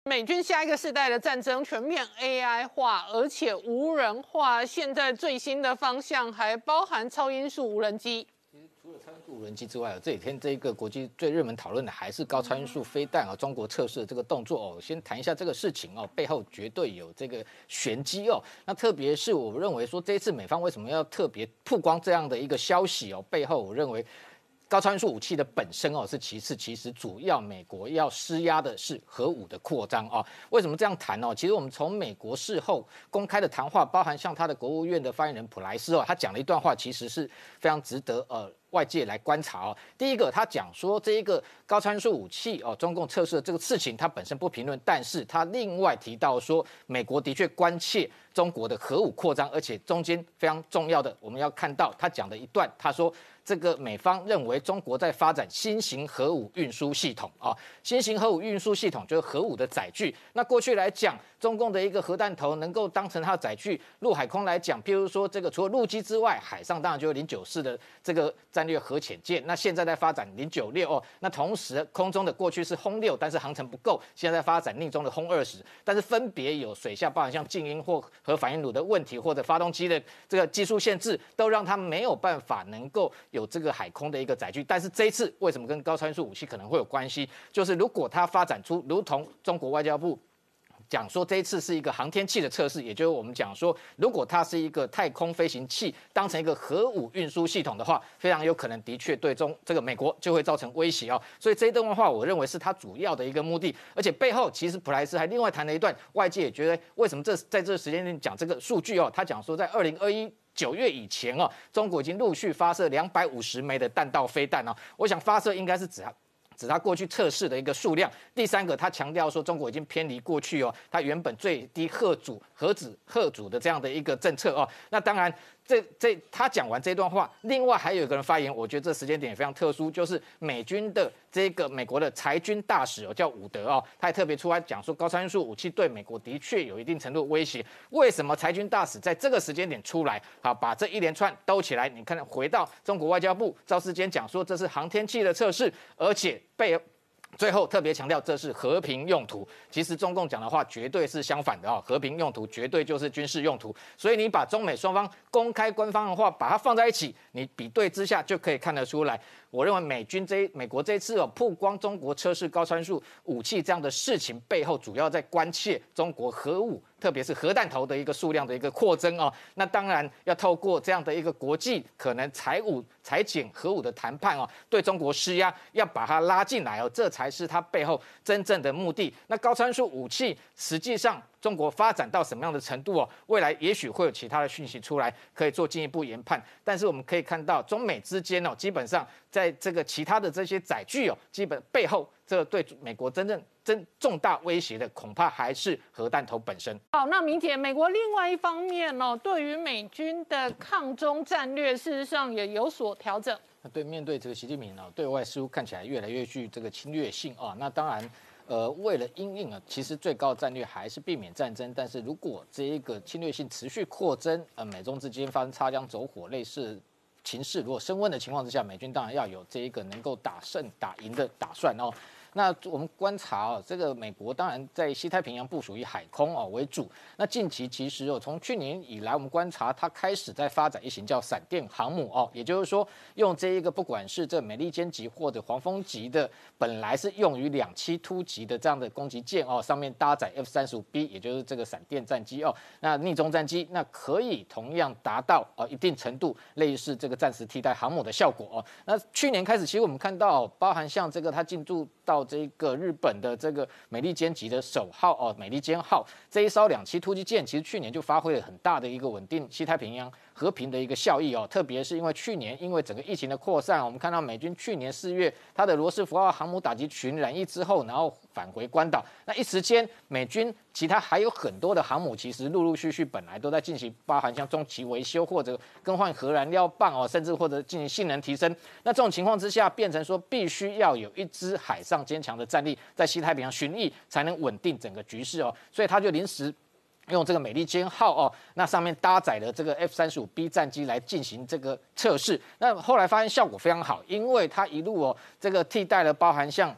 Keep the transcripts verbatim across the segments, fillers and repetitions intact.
美军下一个世代的战争全面 A I 化，而且无人化。现在最新的方向还包含超音速无人机。 其实除了超音速无人机之外，这几天这个国际最热门讨论的还是高超音速飞弹啊，中国测试的这个动作哦。先谈一下这个事情哦，背后绝对有这个玄机哦。那特别是我认为说，这一次美方为什么要特别曝光这样的一个消息哦？背后我认为。高超音速武器的本身哦是其次，其实主要美国要施压的是核武的扩张啊。为什么这样谈哦？其实我们从美国事后公开的谈话，包含像他的国务院的发言人普莱斯哦，他讲了一段话，其实是非常值得呃外界来观察哦。第一个，他讲说这一个高超音速武器哦，中共测试的这个事情，他本身不评论，但是他另外提到说，美国的确关切中国的核武扩张，而且中间非常重要的，我们要看到他讲的一段，他说。这个美方认为中国在发展新型核武运输系统啊，新型核武运输系统就是核武的载具。那过去来讲，中共的一个核弹头能够当成它的载具，陆海空来讲，譬如说这个除了陆基之外，海上当然就有零九四的这个战略核潜舰。那现在在发展零九六哦，那同时空中的过去是轰六，但是航程不够，现在在发展逆中的轰二十，但是分别有水下包含像静音或核反应炉的问题，或者发动机的这个技术限制，都让它没有办法能够。有这个海空的一个载具，但是这一次为什么跟高超音速武器可能会有关系？就是如果它发展出如同中国外交部讲说这一次是一个航天器的测试，也就是我们讲说，如果它是一个太空飞行器当成一个核武运输系统的话，非常有可能的确对中这个美国就会造成威胁哦。所以这一段话，我认为是它主要的一个目的，而且背后其实普莱斯还另外谈了一段，外界也觉得为什么这在这个时间点讲这个数据哦？他讲说在二零二一。九月以前哦，中国已经陆续发射两百五十枚的弹道飞弹哦。我想发射应该是指指他过去测试的一个数量。第三个，他强调说中国已经偏离过去哦，他原本最低核主核子核主的这样的一个政策哦。那当然。这这他讲完这段话，另外还有一个人发言，我觉得这时间点也非常特殊，就是美军的这个美国的裁军大使哦，叫伍德哦，他也特别出来讲说，高超音速武器对美国的确有一定程度的威胁。为什么裁军大使在这个时间点出来，好把这一连串兜起来？你看，回到中国外交部赵世坚讲说，这是航天器的测试，而且被。最后特别强调，这是和平用途。其实中共讲的话绝对是相反的啊，和平用途绝对就是军事用途。所以你把中美双方公开官方的话把它放在一起，你比对之下就可以看得出来。我认为美军这美国这一次哦曝光中国测试高超音速武器这样的事情背后，主要在关切中国核武。特别是核弹头的一个数量的一个扩增哦，那当然要透过这样的一个国际可能裁武裁减核武的谈判哦，对中国施压，要把它拉进来哦，这才是它背后真正的目的。那高超音速武器实际上中国发展到什么样的程度哦？未来也许会有其他的讯息出来，可以做进一步研判。但是我们可以看到，中美之间哦，基本上在这个其他的这些载具哦，基本背后这对美国真正真重大威胁的，恐怕还是核弹头本身。 好，那明天美国另外一方面哦，对于美军的抗中战略，事实上也有所调整。 那对面对这个习近平哦，对外似乎看起来越来越具这个侵略性啊。那当然。呃，为了因应啊，其实最高的战略还是避免战争。但是如果这一个侵略性持续扩增，呃，美中之间发生擦枪走火类似情势，如果升温的情况之下，美军当然要有这一个能够打胜打赢的打算哦。那我们观察哦，这个美国当然在西太平洋部署以海空哦为主。那近期其实哦，从去年以来，我们观察它开始在发展一型叫闪电航母哦，也就是说，用这一个不管是这美利坚级或者黄蜂级的，本来是用于两栖突击的这样的攻击舰哦，上面搭载 F 三十五 B， 也就是这个闪电战机哦，那逆中战机，那可以同样达到哦一定程度类似这个暂时替代航母的效果哦。那去年开始，其实我们看到，包含像这个它进驻到这个日本的这个美利坚级的首号哦，美利坚号这一艘两栖突击舰，其实去年就发挥了很大的一个稳定西太平洋和平的一个效益哦。特别是因为去年因为整个疫情的扩散，我们看到美军去年四月它的罗斯福号航母打击群染疫之后，然后返回关岛，那一时间美军其他还有很多的航母，其实陆陆续续本来都在进行，包含像中期维修或者更换核燃料棒哦，甚至或者进行性能提升。那这种情况之下，变成说必须要有一支海上坚强的战力在西太平洋巡弋，才能稳定整个局势哦。所以他就临时用这个美利坚号哦，那上面搭载了这个 F 三十五 B 战机来进行这个测试。那后来发现效果非常好，因为它一路哦，这个替代了包含像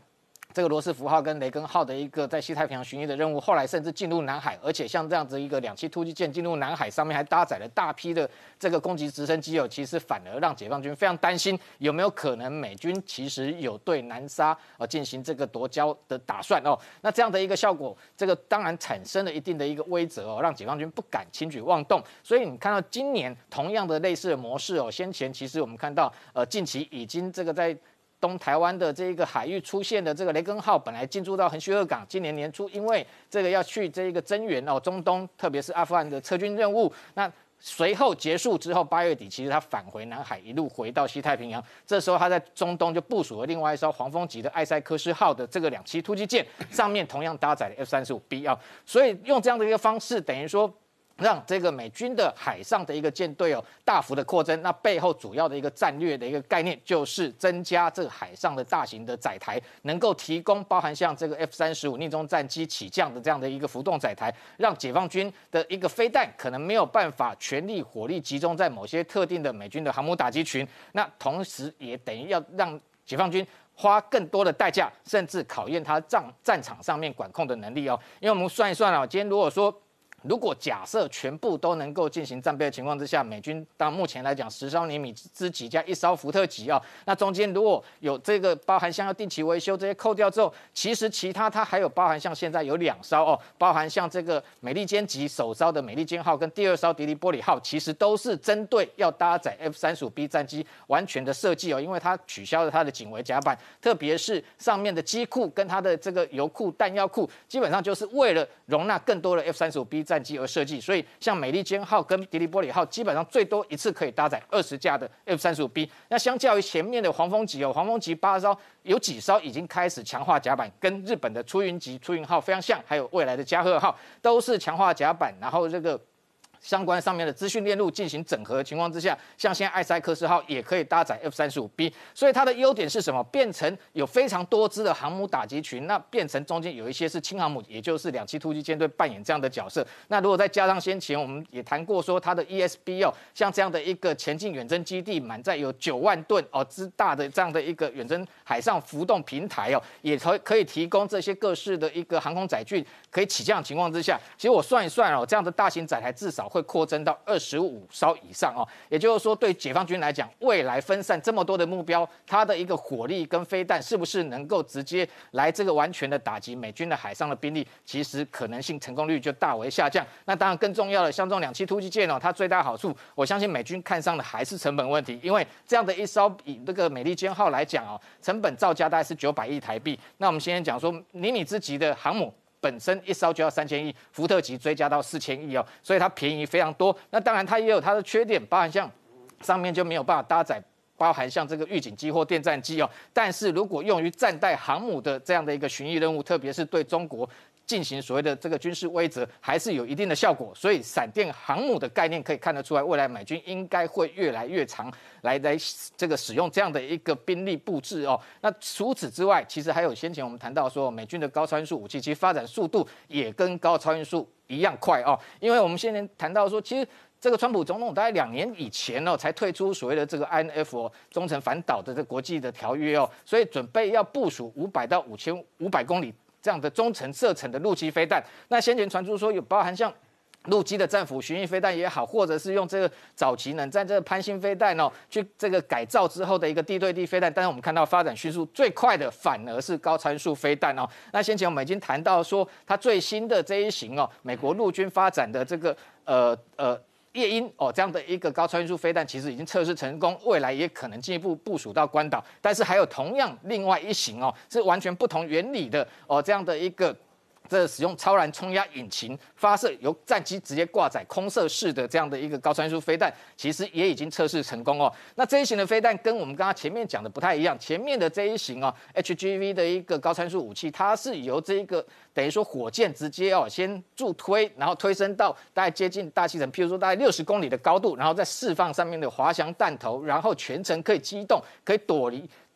这个罗斯福号跟雷根号的一个在西太平洋巡弋的任务，后来甚至进入南海，而且像这样子一个两栖突击舰进入南海，上面还搭载了大批的这个攻击直升机哦，其实反而让解放军非常担心，有没有可能美军其实有对南沙呃进行这个夺礁的打算哦？那这样的一个效果，这个当然产生了一定的一个威慑哦，让解放军不敢轻举妄动。所以你看到今年同样的类似的模式哦，先前其实我们看到呃近期已经这个在东台湾的这个海域出现的这个雷根号，本来进驻到横须贺港，今年年初因为这个要去这个增援哦中东，特别是阿富汗的撤军任务，那随后结束之后，八月底其实他返回南海，一路回到西太平洋。这时候他在中东就部署了另外一艘黄蜂级的艾塞克斯号的这个两栖突击舰，上面同样搭载了 F 三十五 B 啊，所以用这样的一个方式，等于说让这个美军的海上的一个舰队哦大幅的扩增，那背后主要的一个战略的一个概念就是增加这个海上的大型的载台，能够提供包含像这个 F 三十五逆中战机起降的这样的一个浮动载台，让解放军的一个飞弹可能没有办法全力火力集中在某些特定的美军的航母打击群，那同时也等于要让解放军花更多的代价，甚至考验他战战场上面管控的能力哦。因为我们算一算啊，今天如果说如果假设全部都能够进行战备的情况之下，美军到目前来讲，十艘尼米兹级加一艘福特级啊，那中间如果有这个包含像要定期维修这些扣掉之后，其实其他它还有包含像现在有两艘哦，包含像这个美利坚级首艘的美利坚号跟第二艘迪利波里号，其实都是针对要搭载 F 三十五 B 战机完全的设计哦，因为它取消了它的警卫甲板，特别是上面的机库跟它的这个油库、弹药库，基本上就是为了容纳更多的 F 三十五 B 战机而设计，所以像美利坚号跟迪利波里号基本上最多一次可以搭载二十架的 F 三十五 B。那相较于前面的黄蜂级哦，黄蜂级八艘有几艘已经开始强化甲板，跟日本的出云级、出云号非常像，还有未来的加贺号都是强化甲板，然后这个相关上面的资讯链路进行整合的情况之下，像现在艾塞克斯号也可以搭载 F 三十五 B， 所以它的优点是什么？变成有非常多支的航母打击群，那变成中间有一些是轻航母，也就是两栖突击舰队扮演这样的角色。那如果再加上先前我们也谈过说它的 E S B 哦，像这样的一个前进远征基地，满载有九万吨哦之大的这样的一个远征海上浮动平台哦，也可可以提供这些各式的一个航空载具可以起降的情况之下，其实我算一算哦，这样的大型载台至少会扩增到二十五艘以上哦，也就是说，对解放军来讲，未来分散这么多的目标，它的一个火力跟飞弹是不是能够直接来这个完全的打击美军的海上的兵力，其实可能性成功率就大为下降。那当然更重要的，像这种两栖突击舰哦，它最大好处，我相信美军看上的还是成本问题，因为这样的一艘以这个美利坚号来讲哦，成本造价大概是九百亿台币。那我们先讲说尼米兹级的航母，本身一艘就要三千亿，福特级追加到四千亿哦，所以它便宜非常多。那当然它也有它的缺点，包含像上面就没有办法搭载包含像这个预警机或电战机哦，但是如果用于战带航母的这样的一个巡弋任务，特别是对中国进行所谓的这个军事威慑，还是有一定的效果。所以闪电航母的概念可以看得出来，未来美军应该会越来越长来来这个使用这样的一个兵力布置哦。那除此之外，其实还有先前我们谈到说，美军的高超音速武器其实发展速度也跟高超音速一样快哦，因为我们先前谈到说，其实这个川普总统大概两年以前哦，才退出所谓的这个 I N F 哦，中程反导的这国际的条约哦，所以准备要部署五百到五千五百公里这样的中程射程的陆基飞弹。那先前传出说有包含像陆基的战斧巡弋飞弹也好，或者是用这个早期冷战这个潘兴飞弹哦，去这个改造之后的一个地对地飞弹，但是我们看到发展迅速最快的反而是高参数飞弹哦。那先前我们已经谈到说，它最新的这一型哦，美国陆军发展的这个呃呃。夜鹰哦，这样的一个高超音速飞弹其实已经测试成功，未来也可能进一步部署到关岛。但是还有同样另外一型哦，是完全不同原理的哦，这样的一个。这使用超燃冲压引擎发射，由战机直接挂载空射式的这样的一个高超音速飞弹，其实也已经测试成功哦。那这一型的飞弹跟我们刚刚前面讲的不太一样，前面的这一型哦 H G V 的一个高超音速武器，它是由这一个等于说火箭直接哦先助推，然后推升到大概接近大气层，譬如说大概六十公里的高度，然后再释放上面的滑翔弹头，然后全程可以机动，可以躲离。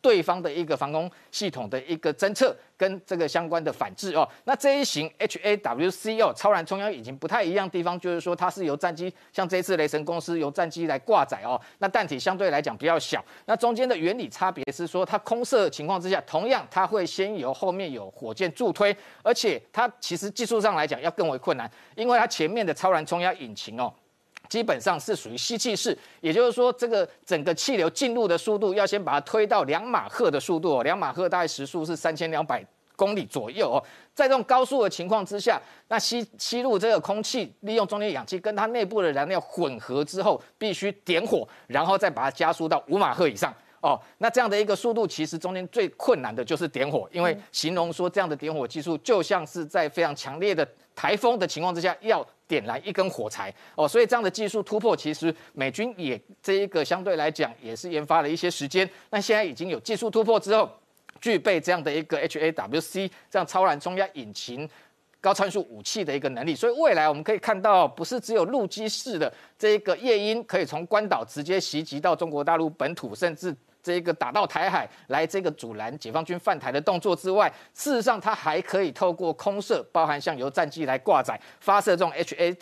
对方的一个防空系统的一个侦测跟这个相关的反制哦。那这一型 H A W C 哦，超燃冲压引擎不太一样的地方，就是说它是由战机，像这一次雷神公司由战机来挂载哦，那弹体相对来讲比较小。那中间的原理差别是说，它空射情况之下，同样它会先由后面有火箭助推，而且它其实技术上来讲要更为困难，因为它前面的超燃冲压引擎哦。基本上是属于吸气式，也就是说，这个整个气流进入的速度要先把它推到两马赫的速度哦，两马赫大概时速是三千两百公里左右哦。在这种高速的情况之下，那吸吸入这个空气，利用中间氧气跟它内部的燃料混合之后，必须点火，然后再把它加速到五马赫以上。哦，那这样的一个速度，其实中间最困难的就是点火，因为形容说这样的点火技术，就像是在非常强烈的台风的情况之下，要点燃一根火柴哦，所以这样的技术突破，其实美军也这一个相对来讲也是研发了一些时间，那现在已经有技术突破之后，具备这样的一个 H A W C 这样超燃冲压引擎。高参数武器的一个能力，所以未来我们可以看到，不是只有陆基式的这一个夜鹰可以从关岛直接袭击到中国大陆本土，甚至这个打到台海来这个阻拦解放军犯台的动作之外，事实上它还可以透过空射，包含像由战机来挂载发射这种 H A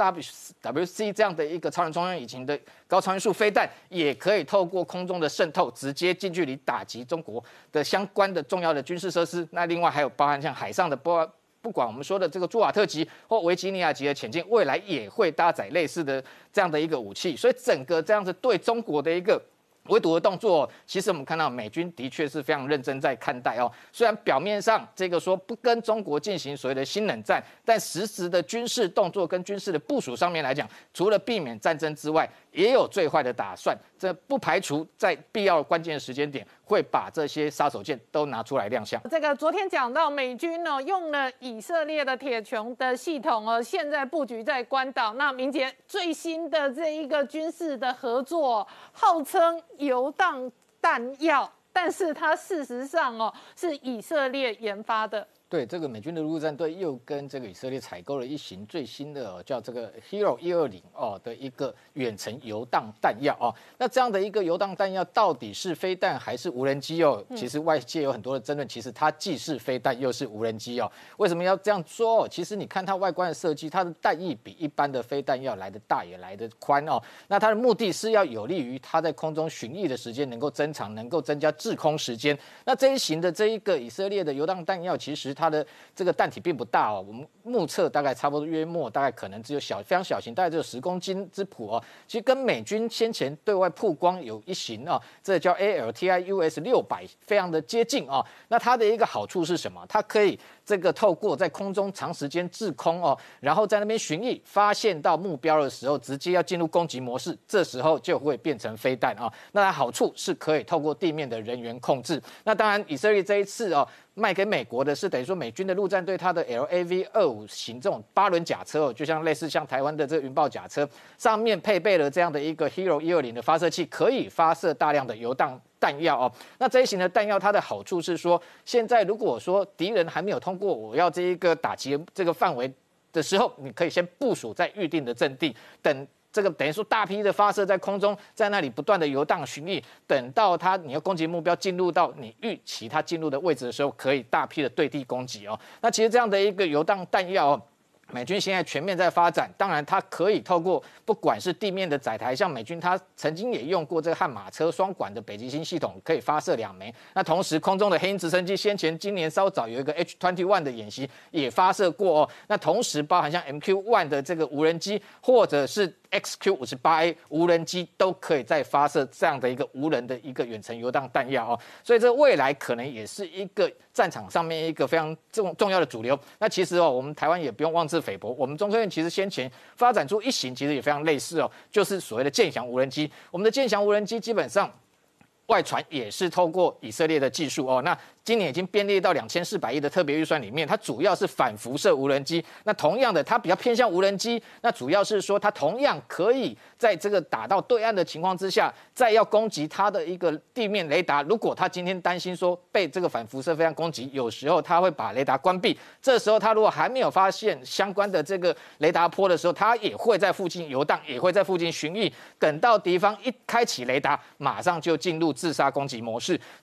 W C 这样的一个超燃冲压引擎的高参数飞弹，也可以透过空中的渗透，直接近距离打击中国的相关的重要的军事设施。那另外还有包含像海上的波。不管我们说的这个朱瓦特级或维吉尼亚级的潜舰，未来也会搭载类似的这样的一个武器，所以整个这样子对中国的一个围堵的动作，其实我们看到美军的确是非常认真在看待哦。虽然表面上这个说不跟中国进行所谓的新冷战，但实质的军事动作跟军事的部署上面来讲，除了避免战争之外，也有最坏的打算。这不排除在必要关键的时间点，会把这些杀手锏都拿出来亮相。 这个昨天讲到美军呢、哦、用了以色列的铁穹的系统哦，现在布局在关岛。那明杰最新的这一个军事的合作，号称游荡弹药，但是它事实上哦是以色列研发的。 对，这个美军的陆战队又跟这个以色列采购了一型最新的、哦、叫这个 Hero 一二零哦的一个远程游荡弹药哦。那这样的一个游荡弹药到底是飞弹还是无人机哦？其实外界有很多的争论，其实它既是飞弹又是无人机哦。为什么要这样说？其实你看它外观的设计，它的弹翼比一般的飞弹要来得大也来得宽哦。那它的目的是要有利于它在空中巡弋的时间能够增长，能够增加制空时间。那这一型的这一个以色列的游荡弹药，其实它的这个弹体并不大哦，我们目测大概差不多约莫大概可能只有小非常小型，大概只有十公斤之谱哦。其实跟美军先前对外曝光有一型哦，这叫 A L T I U S 六百，非常的接近哦。那它的一个好处是什么？它可以这个透过在空中长时间滞空哦，然后在那边巡弋，发现到目标的时候，直接要进入攻击模式，这时候就会变成飞弹啊、哦。那它好处是可以透过地面的人员控制。那当然，以色列这一次哦。卖给美国的是等于说美军的陆战队，它的 L A V 二五型这种八轮甲车哦，就像类似像台湾的这个云豹甲车，上面配备了这样的一个 Hero 一二零的发射器，可以发射大量的游荡弹药哦。那这一型的弹药，它的好处是说，现在如果说敌人还没有通过我要这一个打击这个范围的时候，你可以先部署在预定的阵地，等。这个等于说大批的发射在空中，在那里不断的游荡巡弋，等到它你要攻击目标进入到你预期它进入的位置的时候，可以大批的对地攻击哦。那其实这样的一个游荡弹药哦。美军现在全面在发展，当然它可以透过不管是地面的载台，像美军它曾经也用过这个悍马车双管的北极星系统，可以发射两枚。那同时空中的黑鹰直升机，先前今年稍早有一个 H 二十一 的演习也发射过哦。那同时包含像 M Q 一 的这个无人机，或者是 X Q 五十八 A 无人机，都可以再发射这样的一个无人的一个远程游荡弹药哦。所以这未来可能也是一个战场上面一个非常重重要的主流。那其实哦，我们台湾也不用妄自菲薄，我们中科院其实先前发展出一型，其实也非常类似哦，就是所谓的剑翔无人机。我们的剑翔无人机基本上外传也是透过以色列的技术哦，那今年已经编列到两千四百亿的特别预算里面，它主要是反辐射无人机。那同样的，它比较偏向无人机，那主要是说它同样可以在这个打到对岸的情况之下，再要攻击它的一个地面雷达。如果它今天担心说被这个反辐射飞弹攻击，有时候它会把雷达关闭。这时候它如果还没有发现相关的这个雷达波的时候，它也会在附近游荡，也会在附近巡弋。等到敌方一开启雷达，马上就进入自杀攻击模式。那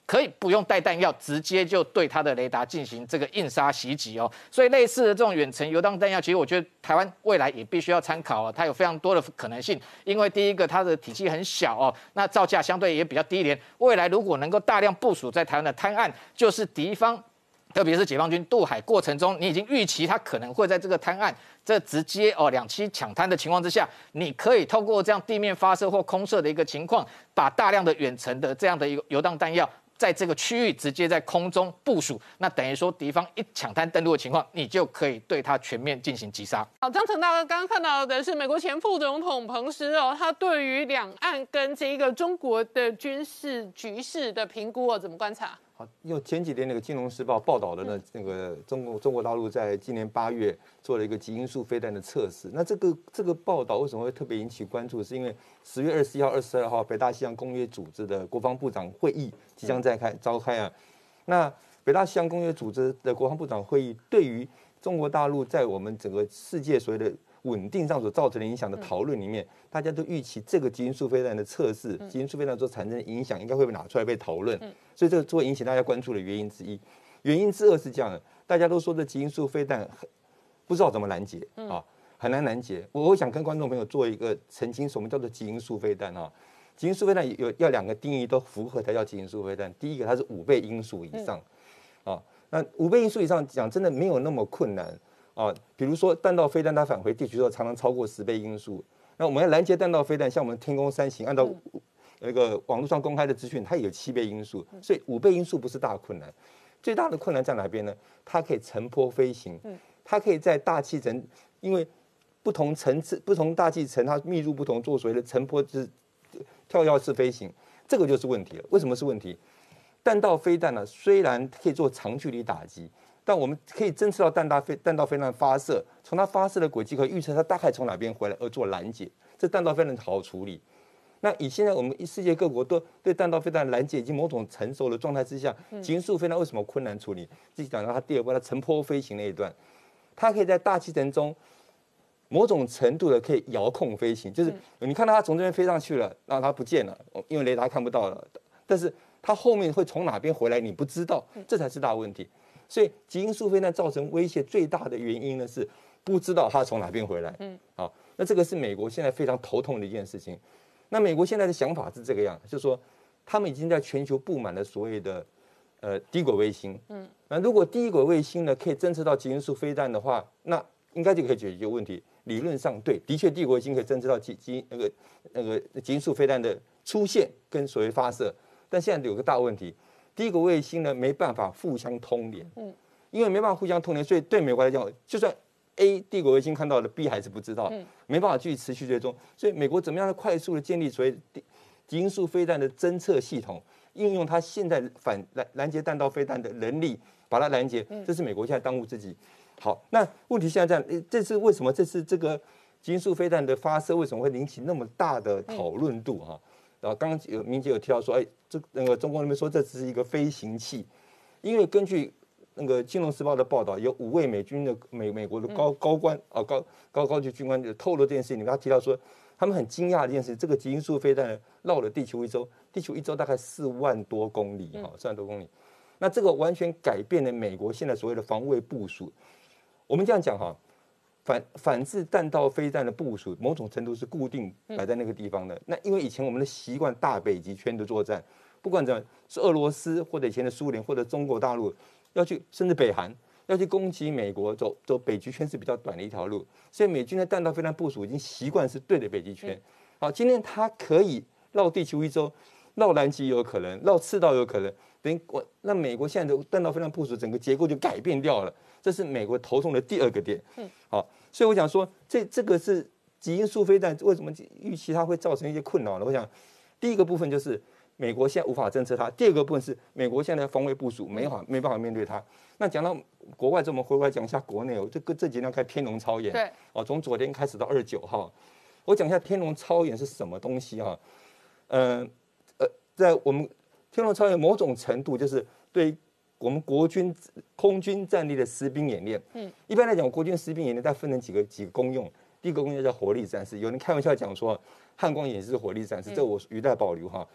可以不用带弹药，直接就对它的雷达进行这个硬杀袭击哦。所以类似的这种远程游荡弹药，其实我觉得台湾未来也必须要参考哦，它有非常多的可能性。因为第一个，它的体积很小哦，那造价相对也比较低廉。未来如果能够大量部署在台湾的滩岸，就是敌方。特别是解放军渡海过程中，你已经预期他可能会在这个滩岸，这直接哦两栖抢滩的情况之下，你可以透过这样地面发射或空射的一个情况，把大量的远程的这样的一个游荡弹药，在这个区域直接在空中部署，那等于说敌方一抢滩登陆的情况，你就可以对他全面进行击杀。 好，张成大哥刚刚看到的是美国前副总统彭斯哦，他对于两岸跟这个中国的军事局势的评估哦，怎么观察？ 好，因为前几天那个《金融时报》报道的呢，那个中国中国大陆在今年八月做了一个极音速飞弹的测试。那这个这个报道为什么会特别引起关注？是因为十月二十一号、二十二号，北大西洋公约组织的国防部长会议即将在开召开啊。那北大西洋公约组织的国防部长会议对于中国大陆在我们整个世界所谓的稳定上所造成的影响的讨论里面，大家都预期这个极音速飞弹的测试，极音速飞弹所产生的影响应该会被拿出来被讨论，所以这个作为引起大家关注的原因之一。原因之二是这样的，大家都说这极音速飞弹不知道怎么拦截啊，很难拦截。我我想跟观众朋友做一个澄清，什么叫做极音速飞弹啊？极音速飞弹有要两个定义都符合才叫极音速飞弹。第一个，它是五倍音速以上，啊，那五倍音速以上讲真的没有那么困难。啊，比如说弹道飞弹它返回地球之后，常常超过十倍音速。那我们要拦截弹道飞弹，像我们天宫三型，按照那个网络上公开的资讯，它也有七倍音速，所以五倍音速不是大困难。最大的困难在哪边呢？它可以乘波飞行，它可以在大气层，因为不同层次、不同大气层，它密度不同，做所谓的乘波就是跳跃式飞行，这个就是问题了。为什么是问题？弹道飞弹呢，虽然可以做长距离打击。但我们可以侦测到弹道飞弹道飞弹发射，从它发射的轨迹可以预测它大概从哪边回来，而做拦截。这弹道飞弹好好处理。那以现在我们世界各国都对弹道飞弹拦截已经某种成熟的状态之下，极音速飞弹为什么困难处理？自己讲到它第二步，它乘波飞行那一段，它可以在大气层中某种程度的可以遥控飞行，就是你看到它从这边飞上去了，然后它不见了，因为雷达看不到了，但是它后面会从哪边回来你不知道，这才是大问题。所以极音速飞弹造成威胁最大的原因呢，是不知道它从哪边回来。嗯，好，那这个是美国现在非常头痛的一件事情。那美国现在的想法是这个样，就是说他们已经在全球布满了所谓的呃低轨卫星。嗯，那如果低轨卫星呢可以侦测到极音速飞弹的话，那应该就可以解决问题。理论上对，的确低轨卫星可以侦测到极极那个那个极音速飞弹的出现跟所谓发射，但现在有个大问题。第一个卫星呢没办法互相通联，嗯，因为没办法互相通联，所以对美国来讲，就算 A 帝国卫星看到了 B 还是不知道，嗯，没办法继续持续追踪。所以美国怎么样的快速的建立所谓极音速飞弹的侦测系统，应用它现在反拦拦截弹道飞弹的能力，把它拦截，这是美国现在当务之急。好，那问题现在这样，这次为什么这次这个极音速飞弹的发射为什么会引起那么大的讨论度哈？然后刚刚有明杰有提到说，哎，这那个中国那边说这只是一个飞行器，因为根据那个《金融时报》的报道，有五位美军的美美国的高高官啊高高高级军官透露这件事情，里面他提到说，他们很惊讶的一件事，这个极音速飞弹绕了地球一周，地球一周大概四万多公里哈，四万多公里，那这个完全改变了美国现在所谓的防卫部署。我们这样讲哈。反反制弹道飞弹的部署，某种程度是固定摆在那个地方的。那因为以前我们的习惯大北极圈的作战，不管怎么是俄罗斯或者以前的苏联或者中国大陆要去，甚至北韩要去攻击美国，走走北极圈是比较短的一条路，所以美军的弹道飞弹部署已经习惯是对着北极圈。好，今天它可以绕地球一周，绕南极有可能，绕赤道有可能，等于我那美国现在的弹道飞弹部署整个结构就改变掉了。这是美国头痛的第二个点，嗯，好，所以我想说，这这个是极音速飞弹为什么预期它会造成一些困扰呢？我想，第一个部分就是美国现在无法侦测它，第二个部分是美国现在的防卫部署没法没办法面对它。那讲到国外，这我们回过来讲一下国内，这个这几天开天龙操演，对，哦，从昨天开始到二十九号，我讲一下天龙操演是什么东西哈，呃呃，在我们天龙操演某种程度就是对。我们国军空军战力的实兵演练，嗯，一般来讲，国军实兵演练它分成几个几个功用。第一个功用叫火力战士，有人开玩笑讲说汉光演习是火力战士，这我语带保留哈。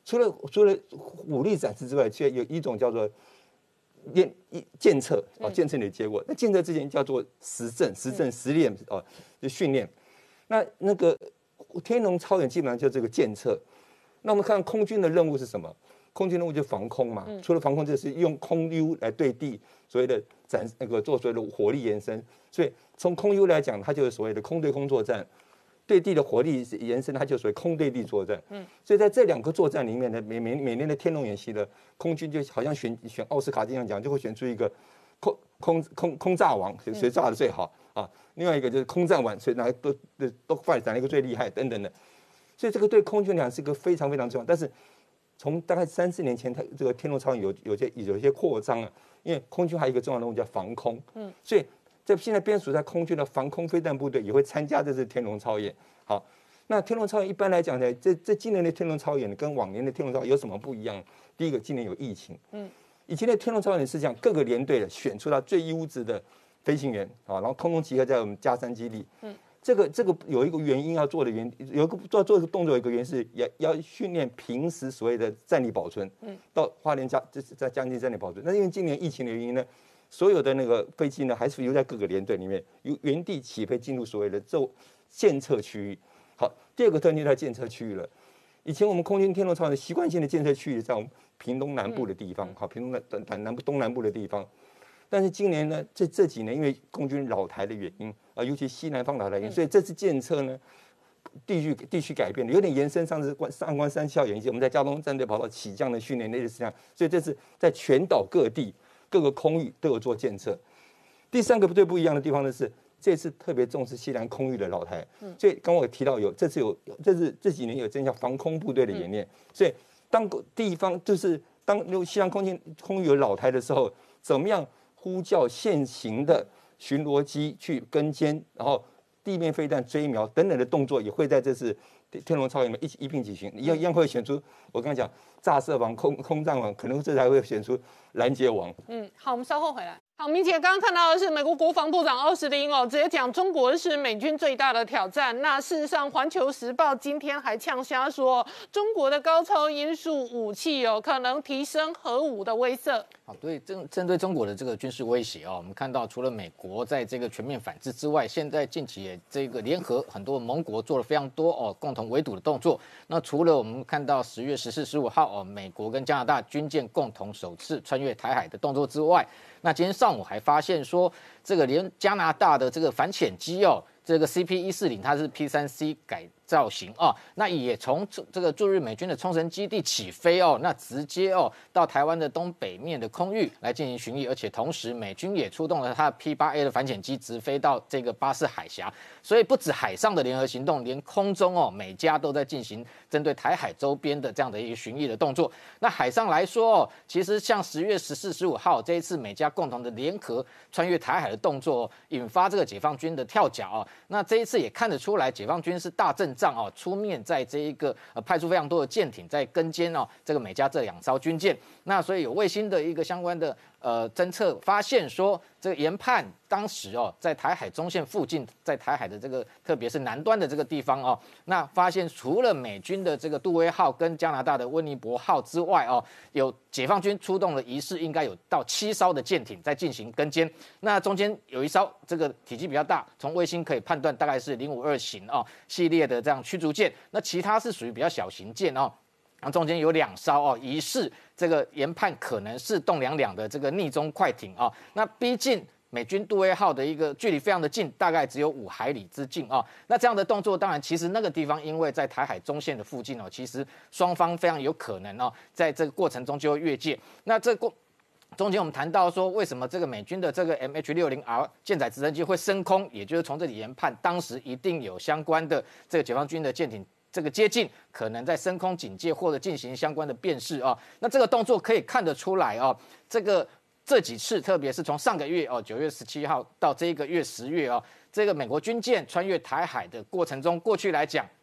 除了除了武力展示之外，却有一种叫做验检测啊，检测你的结果。那检测之前叫做实证、实证实练哦，就训练。那那个天龙超远基本上就这个检测。那我们看空军的任务是什么？空军任务就防空嘛，除了防空，就是用空 U 来对地所谓的展那个做所谓的火力延伸。所以从空 U 来讲，它就是所谓的空对空作战。对地的火力延伸，它就属于空对地作战。嗯，所以在这两个作战里面呢，每每每年的天龙演习的空军就好像选选奥斯卡这样讲，就会选出一个空空空空炸王，谁炸的最好啊？另外一个就是空战王，谁哪个都都都发展一个最厉害等等的。所以这个对空军来讲是一个非常非常重要。但是从大概三四年前，它这个天龙超有有些有些扩张啊，因为空军还有一个重要的任务叫防空。嗯，所以。在现在编属在空军的防空飞弹部队也会参加这次天龙操演。好，那天龙操演一般来讲呢，这这今年的天龙操演跟往年的天龙操演有什么不一样？第一个，今年有疫情。嗯，以前的天龙操演是这样，各个连队的选出了最优质的飞行员啊，然后通通集合在我们嘉山基地。嗯，这个这个有一个原因要做的原，有一个做做这个动作，有一个原因是要要训练平时所谓的战力保存。嗯，到花莲嘉就是在将近战力保存。那因为今年疫情的原因呢？所有的那个飞机呢，还是留在各个连队里面，由原地起飞进入所谓的这检测区域。好，第二个特点在检测区域了。以前我们空军天龙操的习惯性的检测区域在我们屏东南部的地方，好，屏东南南部东南部的地方。但是今年呢，这这几年因为空军老台的原因啊，尤其西南方老台的原因，所以这次检测呢，地区地区改变了，有点延伸上次上关三校演习，我们在嘉东战队跑到起降的训练类似这样，所以这次在全岛各地。各个空域都有做检测。第三个最不一样的地方呢是，这次特别重视西南空域的老台。嗯，所以刚刚我提到有这次有这次这几年有增加防空部队的演练。所以当地方就是当西南空军空域有老台的时候，怎么样呼叫现行的巡逻机去跟监，然后地面飞弹追瞄等等的动作，也会在这次天龙操里面一起一并举行。一样一样会选出我刚才讲炸射王、空空战王，可能这才会选出拦截王。 嗯，好，我们稍后回来。好，明姐刚刚看到的是美国国防部长奥斯汀哦，直接讲中国是美军最大的挑战。那事实上，《环球时报》今天还呛瞎说，中国的高超音速武器哦，可能提升核武的威慑。 好，对，针针对中国的这个军事威胁哦，我们看到除了美国在这个全面反制之外，现在近期也这个联合很多盟国做了非常多哦共同围堵的动作。那除了我们看到十月十四、十五号哦，美国跟加拿大军舰共同首次穿越台海的动作之外，那今天上午还发现说，这个连加拿大的这个反潜机哦，这个 C P 一四零它是 P 三 C 改造型哦，那也从这个驻日美军的冲绳基地起飞哦，那直接哦到台湾的东北面的空域来进行巡弋，而且同时美军也出动了它的 P 八 A 的反潜机，直飞到这个巴士海峡，所以不止海上的联合行动，连空中哦美加都在进行针对台海周边的这样的一个巡弋的动作。那海上来说哦，其实像十月十四、十五号这一次美加共同的联合穿越台海的动作，引发这个解放军的跳脚哦。那这一次也看得出来，解放军是大阵仗哦，出面在这一个呃派出非常多的舰艇在跟监哦这个美加这两艘军舰。那所以有卫星的一个相关的呃侦测发现说，这个研判当时哦在台海中线附近，在台海的这个特别是南端的这个地方哦，那发现除了美军的这个杜威号跟加拿大的温尼伯号之外哦，有解放军出动了疑似应该有到七艘的舰艇在进行跟监。那中间有一艘这个体积比较大，从卫星可以判断大概是零五二型哦系列的这样驱逐舰，那其他是属于比较小型舰哦。然后中间有两艘哦，疑似这个研判可能是动两两的这个逆中快艇哦，那逼近美军杜威号的一个距离非常的近，大概只有五海里之近哦。那这样的动作，当然其实那个地方因为在台海中线的附近哦，其实双方非常有可能哦，在这个过程中就会越界。那这过中间我们谈到说，为什么这个美军的这个 M H 六十 R 舰载直升机会升空，也就是从这里研判，当时一定有相关的这个解放军的舰艇。这个接近可能在升空警戒或者进行相关的辨识啊，那这个动作可以看得出来啊，这个这几次，特别是从上个月哦九月十七号到这一个月十月啊，这个美国军舰穿越台海的过程中，过去来讲，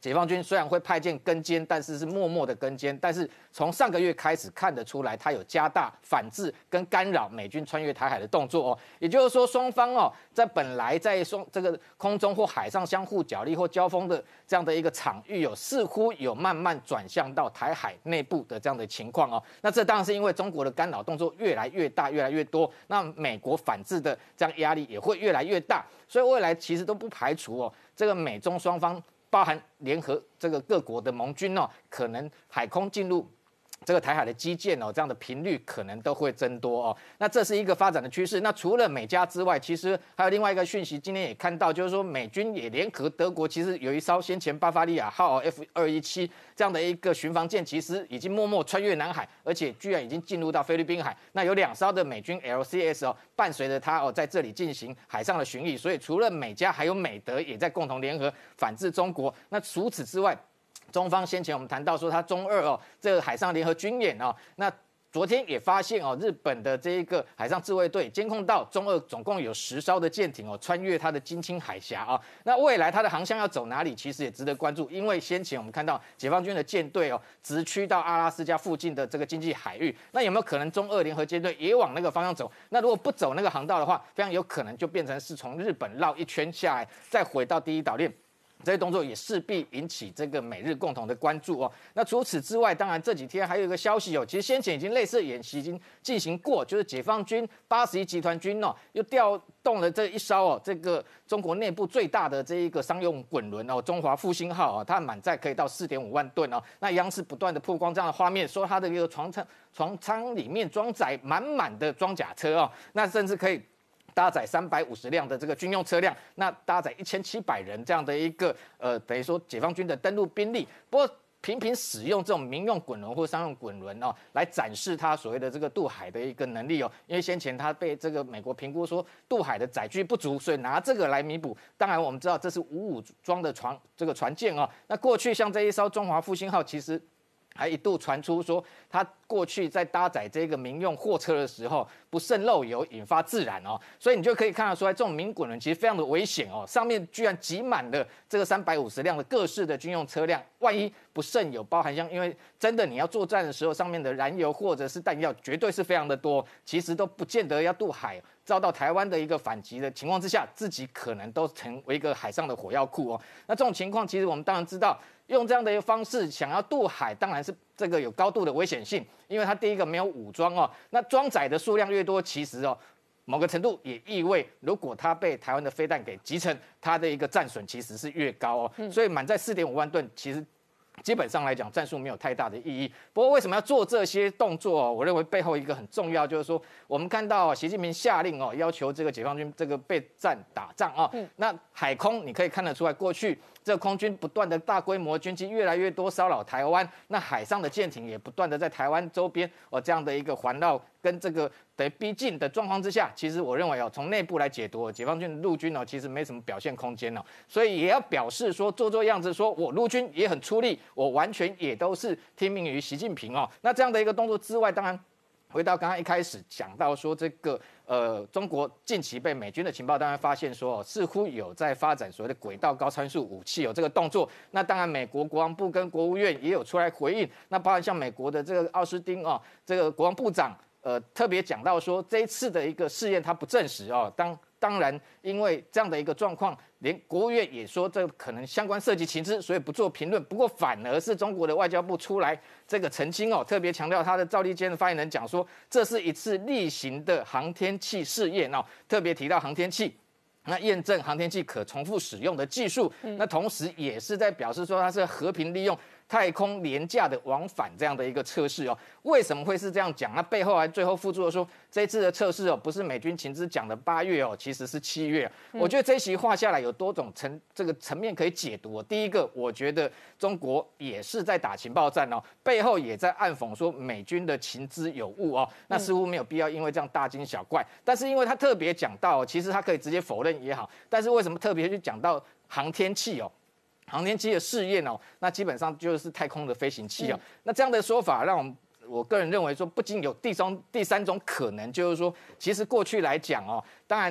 解放军虽然会派舰跟监，但是是默默的跟监，但是从上个月开始看得出来，他有加大反制跟干扰美军穿越台海的动作哦。也就是说，双方哦，在本来在双这个空中或海上相互角力或交锋的这样的一个场域哦，似乎有慢慢转向到台海内部的这样的情况哦。那这当然是因为中国的干扰动作越来越大、越来越多，那美国反制的这样压力也会越来越大，所以未来其实都不排除哦，这个美中双方。包含联合这个各国的盟军哦，可能海空进入这个台海的基建哦，这样的频率可能都会增多哦。那这是一个发展的趋势。那除了美加之外，其实还有另外一个讯息，今天也看到，就是说美军也联合德国，其实有一艘先前巴伐利亚号 F 二一七这样的一个巡防舰，其实已经默默穿越南海，而且居然已经进入到菲律宾海。那有两艘的美军 L C S 哦，伴随着它哦，在这里进行海上的巡弋。所以除了美加，还有美德也在共同联合反制中国。那除此之外，中方先前我们谈到说，它中二哦，这个海上联合军演哦，那昨天也发现哦，日本的这一个海上自卫队监控到中二总共有十艘的舰艇哦，穿越它的金青海峡啊、哦。那未来它的航向要走哪里，其实也值得关注，因为先前我们看到解放军的舰队哦，直驱到阿拉斯加附近的这个经济海域，那有没有可能中二联合舰队也往那个方向走？那如果不走那个航道的话，非常有可能就变成是从日本绕一圈下来，再回到第一岛链。这些动作也势必引起这个美日共同的关注哦。那除此之外，当然这几天还有一个消息哦，其实先前已经类似演习已经进行过，就是解放军八十一集团军哦，又调动了这一艘哦，这个中国内部最大的这一个商用滚轮哦，中华复兴号哦，它满载可以到四点五万吨哦。那央视不断的曝光这样的画面，说它的一个床舱床舱里面装载满满的装甲车哦，那甚至可以搭载三百五十辆的这个军用车辆，那搭载一千七百人这样的一个呃，等于说解放军的登陆兵力。不过频频使用这种民用滚轮或商用滚轮哦，来展示它所谓的这个渡海的一个能力哦。因为先前它被这个美国评估说渡海的载具不足，所以拿这个来弥补。当然我们知道这是无武装的船这个船舰哦。那过去像这一艘中华复兴号，其实还一度传出说，它过去在搭载这个民用货车的时候不慎漏油，引发自燃哦，所以你就可以看得出来，这种民滚轮其实非常的危险哦，上面居然挤满了这个三百五十辆的各式的军用车辆，万一不慎有包含像，因为真的你要作战的时候，上面的燃油或者是弹药绝对是非常的多，其实都不见得要渡海。遭到台湾的一个反击的情况之下，自己可能都成为一个海上的火药库哦。那这种情况，其实我们当然知道，用这样的一个方式想要渡海，当然是这个有高度的危险性，因为它第一个没有武装哦，那装载的数量越多，其实哦，某个程度也意味，如果它被台湾的飞弹给击沉，它的一个战损其实是越高哦。嗯、所以满载四点五万吨，其实基本上来讲，战术没有太大的意义。不过为什么要做这些动作哦？我认为背后一个很重要，就是说我们看到习近平下令哦，要求这个解放军这个备战打仗啊、哦。嗯、那海空你可以看得出来，过去这个空军不断的大规模军机越来越多骚扰台湾，那海上的舰艇也不断的在台湾周边哦这样的一个环绕跟这个等于逼近的状况之下，其实我认为哦，从内部来解读，解放军的陆军哦其实没什么表现空间哦，所以也要表示说做做样子，说我陆军也很出力，我完全也都是听命于习近平哦。那这样的一个动作之外，当然回到刚刚一开始讲到说这个呃，中国近期被美军的情报当然发现说，哦，似乎有在发展所谓的轨道高参数武器有这个动作。那当然，美国国防部跟国务院也有出来回应。那包含像美国的这个奥斯汀哦，这个国防部长呃特别讲到说，这一次的一个试验他不证实哦。当当然，因为这样的一个状况，连国务院也说这可能相关涉及情资，所以不做评论。不过反而是中国的外交部出来这个澄清哦，特别强调他的赵立坚的发言人讲说，这是一次例行的航天器试验哦，特别提到航天器。那验证航天器可重复使用的技术，嗯、那同时也是在表示说它是和平利用太空廉价的往返这样的一个测试哦。为什么会是这样讲？那背后还最后附注的说，这一次的测试哦，不是美军情资讲的八月哦，其实是七月。嗯、我觉得这一席话下来有多种层这个层面可以解读、哦。第一个，我觉得中国也是在打情报战哦，背后也在暗讽说美军的情资有误哦。那似乎没有必要因为这样大惊小怪。但是因为他特别讲到、哦，其实他可以直接否认也好，但是为什么特别去讲到航天器哦？航天器的试验哦，那基本上就是太空的飞行器哦。嗯、那这样的说法，让我们我个人认为说，不禁有第三第三种可能，就是说，其实过去来讲哦，当然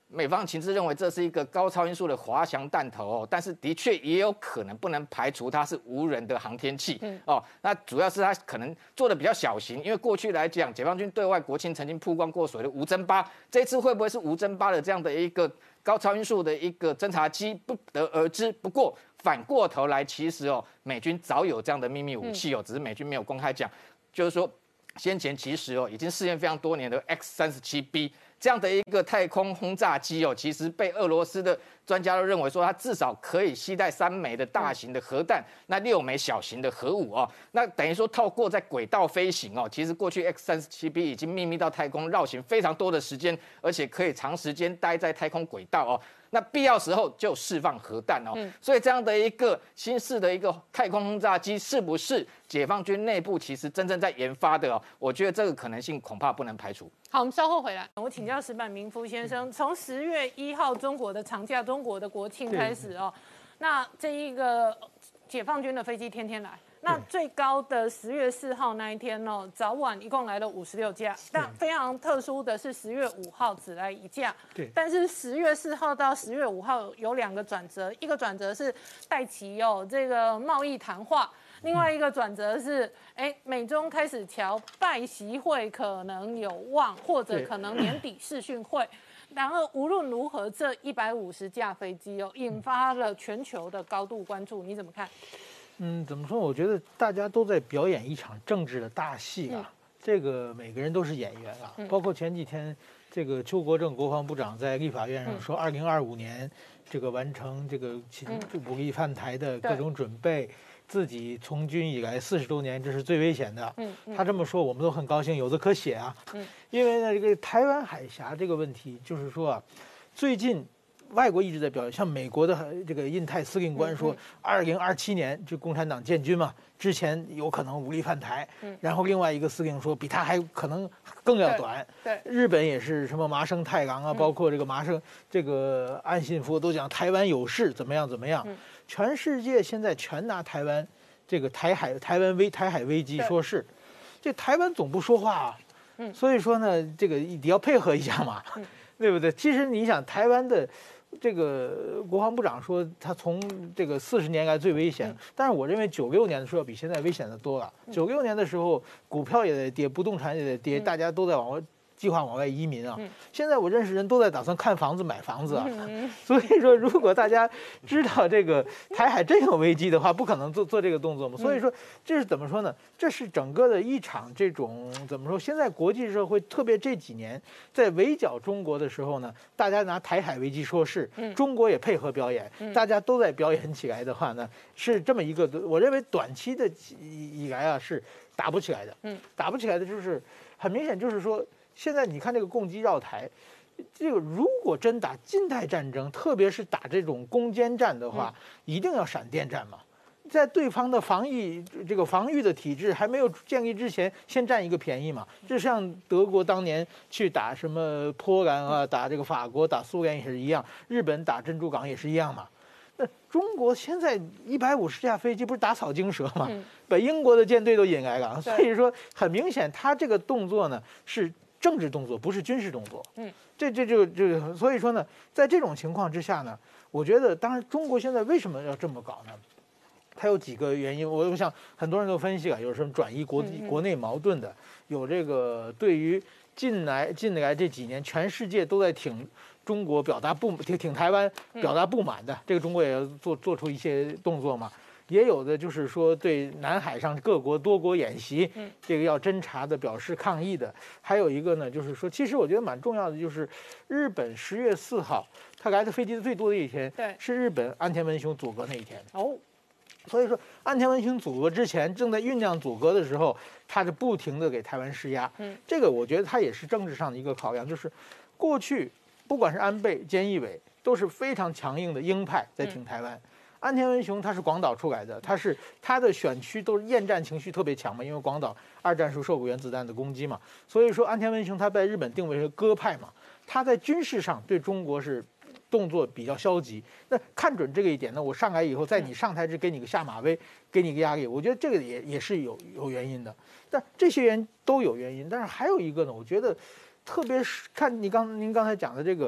美方情资认为这是一个高超音速的滑翔弹头哦，但是的确也有可能不能排除它是无人的航天器、嗯、哦。那主要是它可能做的比较小型，因为过去来讲，解放军对外国情曾经曝光过所谓的无侦八，这一次会不会是无侦八的这样的一个高超音速的一个侦察机，不得而知。不过反过头来，其实哦，美军早有这样的秘密武器哦，只是美军没有公开讲，就是说先前其实哦已经试验非常多年的 X 三十七 B。这样的一个太空轰炸机哦，其实被俄罗斯的专家都认为说，它至少可以携带三枚的大型的核弹，那六枚小型的核武哦，那等于说透过在轨道飞行哦，其实过去 X 三十七 B 已经秘密到太空绕行非常多的时间，而且可以长时间待在太空轨道哦。那必要时候就释放核弹哦，嗯、所以这样的一个新式的一个太空轰炸机，是不是解放军内部其实真正在研发的哦？我觉得这个可能性恐怕不能排除。 好，我们稍后回来，我请教石板明夫先生，从十月一号中国的长假、中国的国庆开始哦，那这一个解放军的飞机天天来。那最高的十月四号那一天哦，早晚一共来了五十六架，但非常特殊的是十月五号只来一架。对。但是十月四号到十月五号有两个转折，一个转折是戴奇哦这个贸易谈话，另外一个转折是哎美中开始瞧拜习会可能有望，或者可能年底视讯会。然后无论如何，这一百五十架飞机哦，引发了全球的高度关注，你怎么看？ 嗯，怎么说？我觉得大家都在表演一场政治的大戏啊。嗯、这个每个人都是演员啊，嗯、包括前几天这个邱国正国防部长在立法院上说，二零二五年这个完成这个武力犯台的各种准备，嗯、自己从军以来四十多年，这是最危险的。嗯嗯、他这么说，我们都很高兴，有的可写啊。嗯、因为呢，这个台湾海峡这个问题，就是说啊，最近。外国一直在表演，像美国的这个印太司令官说，二零二七年就共产党建军嘛，之前有可能武力犯台。嗯，然后另外一个司令说，比他还可能更要短。对，对日本也是什么麻生太郎啊，包括这个麻生这个岸信夫都讲台湾有事，怎么样怎么样。嗯，全世界现在全拿台湾这个台海台湾危台海危机说事，这台湾总不说话啊。嗯，所以说呢，这个你要配合一下嘛，嗯、对不对？其实你想台湾的。这个国防部长说，他从这个四十年来最危险，嗯、但是我认为九六年的时候比现在危险的多了。九六年的时候，股票也得跌，不动产也得跌，嗯、大家都在往外计划往外移民啊。嗯、现在我认识人都在打算看房子、买房子啊。嗯、所以说，如果大家知道这个台海真有危机的话，不可能做做这个动作嘛。所以说，这是怎么说呢？这是整个的一场这种怎么说？现在国际社会，特别这几年在围剿中国的时候呢，大家拿台海危机说事，中国也配合表演，大家都在表演起来的话呢，是这么一个，我认为短期的以来啊是打不起来的。嗯，打不起来的就是很明显，就是说现在你看这个共机绕台。这个如果真打近代战争，特别是打这种攻坚战的话，一定要闪电战嘛。在对方的防御这个防御的体制还没有建立之前，先占一个便宜嘛。就像德国当年去打什么波兰啊，打这个法国、打苏联也是一样，日本打珍珠港也是一样嘛。那中国现在一百五十架飞机不是打草惊蛇嘛，把英国的舰队都引来了。所以说很明显，他这个动作呢是政治动作，不是军事动作。嗯，这这就就所以说呢，在这种情况之下呢，我觉得当然中国现在为什么要这么搞呢？它有几个原因，我我想很多人都分析了，有什么转移国际国内矛盾的，有这个对于近来近来这几年全世界都在挺中国表达不挺挺台湾表达不满的，这个中国也要做做出一些动作嘛。也有的就是说对南海上各国多国演习，这个要侦察的表示抗议的。还有一个呢，就是说，其实我觉得蛮重要的，就是日本十月四号他来的飞机最多的一天，对，是日本安田文雄阻隔那一天。哦。所以说，岸田文雄阻隔之前正在酝酿阻隔的时候，他是不停的给台湾施压。嗯，这个我觉得他也是政治上的一个考量，就是过去不管是安倍、菅义伟都是非常强硬的鹰派在挺台湾。嗯、岸田文雄他是广岛出来的，他是他的选区都是厌战情绪特别强嘛，因为广岛二战时候受过原子弹的攻击嘛，所以说岸田文雄他在日本定位是鸽派嘛，他在军事上对中国是。动作比较消极，那看准这个一点呢，我上来以后，在你上台时给你个下马威，给你个压力，我觉得这个也也是有有原因的。但这些原因都有原因，但是还有一个呢，我觉得，特别是看你刚您刚才讲的这个，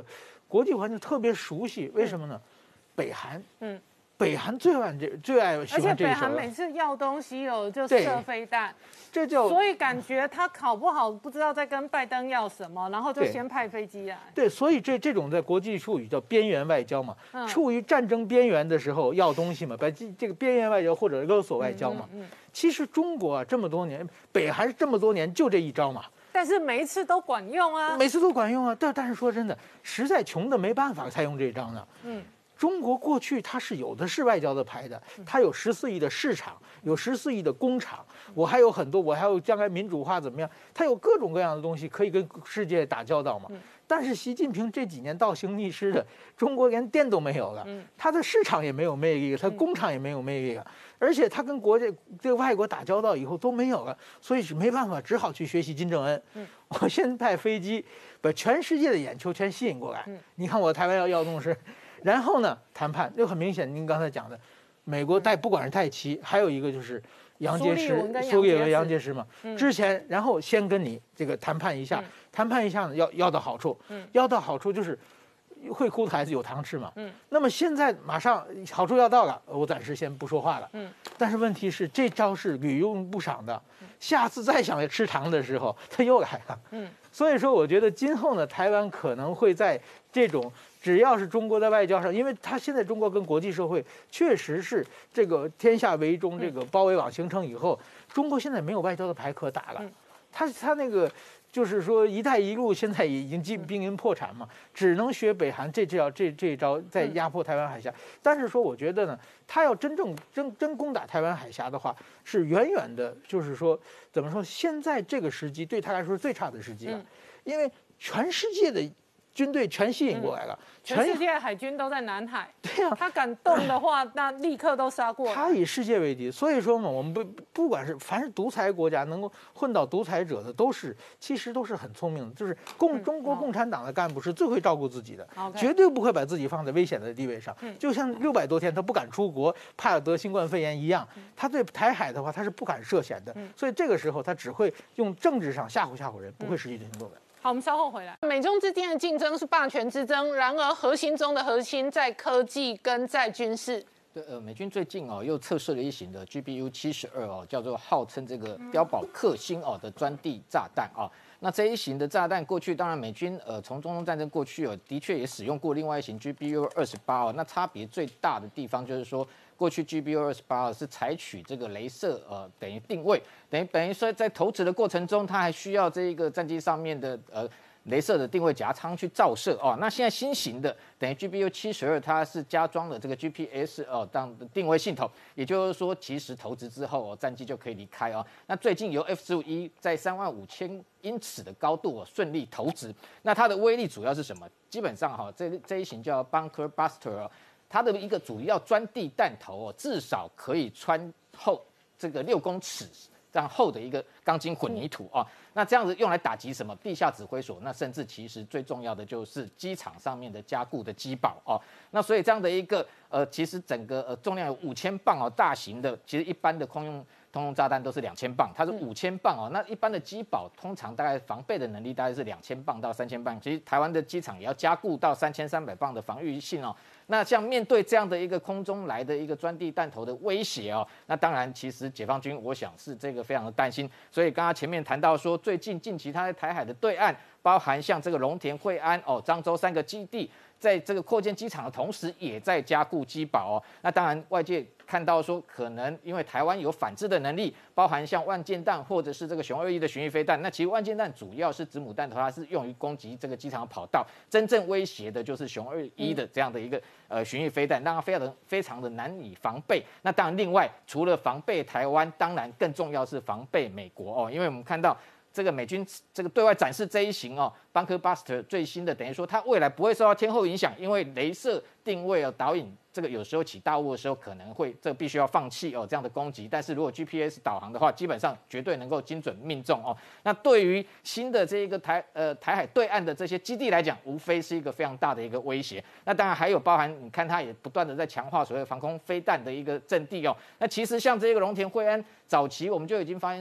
国际环境特别熟悉，为什么呢？北韩， 嗯， 北韩最爱这最爱喜而且欢这一手了。 北韩每次要东西哦，就对射飞弹， 这就所以感觉他考不好，不知道在跟拜登要什么，然后就对先派飞机来。 对，所以这这种在国际术语叫边缘外交嘛， 嗯处于战争边缘的时候要东西嘛，把这这个边缘外交或者勒索外交嘛。 嗯嗯嗯其实中国啊这么多年，北韩这么多年就这一招嘛， 但是每一次都管用啊。 每次都管用啊。但但是说真的，实在穷的没办法才用这招呢。 嗯。 中国过去它是有的是外交的牌的，它有十四亿的市场，有十四亿的工厂，我还有很多，我还有将来民主化怎么样，它有各种各样的东西可以跟世界打交道嘛。但是习近平这几年倒行逆施的，中国连店都没有了，它的市场也没有魅力，它工厂也没有魅力了，而且它跟国际这个外国打交道以后都没有了，所以是没办法，只好去学习金正恩。我先派飞机把全世界的眼球全吸引过来，你看我台湾要要东西。然后呢，谈判就很明显，您刚才讲的，美国戴不管是戴奇，还有一个就是杨洁篪、苏立文、杨洁篪嘛，之前然后先跟你这个谈判一下，谈判一下呢要要到好处，要到好处就是会哭的孩子有糖吃嘛，那么现在马上好处要到了，我暂时先不说话了，但是问题是这招是屡用不赏的，下次再想吃糖的时候他又来了，所以说我觉得今后呢，台湾可能会在这种。只要是中国在外交上，因为他现在中国跟国际社会确实是这个天下为中，这个包围网形成以后，中国现在没有外交的牌可打了。他他那个就是说“一带一路”现在也已经经濒临破产嘛，只能学北韩这招这这一招在压迫台湾海峡。但是说，我觉得呢，他要真正真真攻打台湾海峡的话，是远远的，就是说怎么说？现在这个时机对他来说是最差的时机了，因为全世界的。军队全吸引过来了， 嗯、全世界海军都在南海。 对呀、啊， 他敢动的话，那立刻都杀过来。 他以世界为敌，所以说嘛，我们不不管是凡是独裁国家能够混到独裁者的，都是其实都是很聪明的。就是共中国共产党的干部是最会照顾自己的， 嗯、 绝对不会把自己放在危险的地位上。 嗯、 就像六百多天他不敢出国，怕得新冠肺炎一样，他对台海的话他是不敢涉险的。 嗯、 所以这个时候他只会用政治上吓唬吓唬人，不会实际行动的。 好，我们稍后回来。美中之间的竞争是霸权之争，然而核心中的核心在科技跟在军事。 对，呃，美军最近哦又测试了一型的 G B U 七十二哦，叫做号称这个碉堡克星哦的钻地炸弹啊。那这一型的炸弹，过去当然美军呃从中东战争过去哦，的确也使用过另外一型 G B U 二十八哦。那差别最大的地方就是说，过去 G B U 二十八是采取这个雷射呃等于定位，等于等于说在投掷的过程中，它还需要这一个战机上面的呃。雷射的定位夹舱去照射哦，那现在新型的等于 G B U 七十二，它是加装了这个 G P S 哦当定位系统，也就是说，其实投掷之后哦，战机就可以离开哦。那最近由 F 十五 E 在三万五千英尺的高度哦顺利投掷，那它的威力主要是什么？基本上哈、哦，这这一型叫 Bunker Buster 哦，它的一个主要钻地弹头哦，至少可以穿厚这个六公尺。这样厚的一个钢筋混凝土啊、哦，那这样子用来打击什么地下指挥所？那甚至其实最重要的就是机场上面的加固的机堡哦。那所以这样的一个呃，其实整个呃重量有五千磅哦，大型的其实一般的空用通用炸弹都是两千磅，它是五千磅哦。那一般的机堡通常大概防备的能力大概是两千磅到三千磅，其实台湾的机场也要加固到三千三百磅的防御性哦。那像面对这样的一个空中来的一个钻地弹头的威胁哦，那当然其实解放军我想是这个非常的担心，所以刚刚前面谈到说，最近近期他在台海的对岸，包含像这个龙田、惠安、哦漳州三个基地，在这个扩建机场的同时，也在加固机堡哦。那当然外界看到说，可能因为台湾有反制的能力，包含像万箭弹或者是这个雄二一的巡弋飞弹，那其实万箭弹主要是子母弹头，它是用于攻击这个机场跑道，真正威胁的就是雄二一的这样的一个。呃，巡弋飞弹让它非常的非常的难以防备。那当然，另外除了防备台湾，当然更重要是防备美国哦，因为我们看到这个美军这个对外展示这一型哦 ，Bunker Buster 最新的，等于说它未来不会受到天候影响，因为雷射定位哦导引这个有时候起大雾的时候可能会这个必须要放弃哦这样的攻击，但是如果 G P S 导航的话，基本上绝对能够精准命中哦。那对于新的这一个台呃台海对岸的这些基地来讲，无非是一个非常大的一个威胁。那当然还有包含你看它也不断的在强化所谓防空飞弹的一个阵地哦。那其实像这个龙田惠安早期我们就已经发现它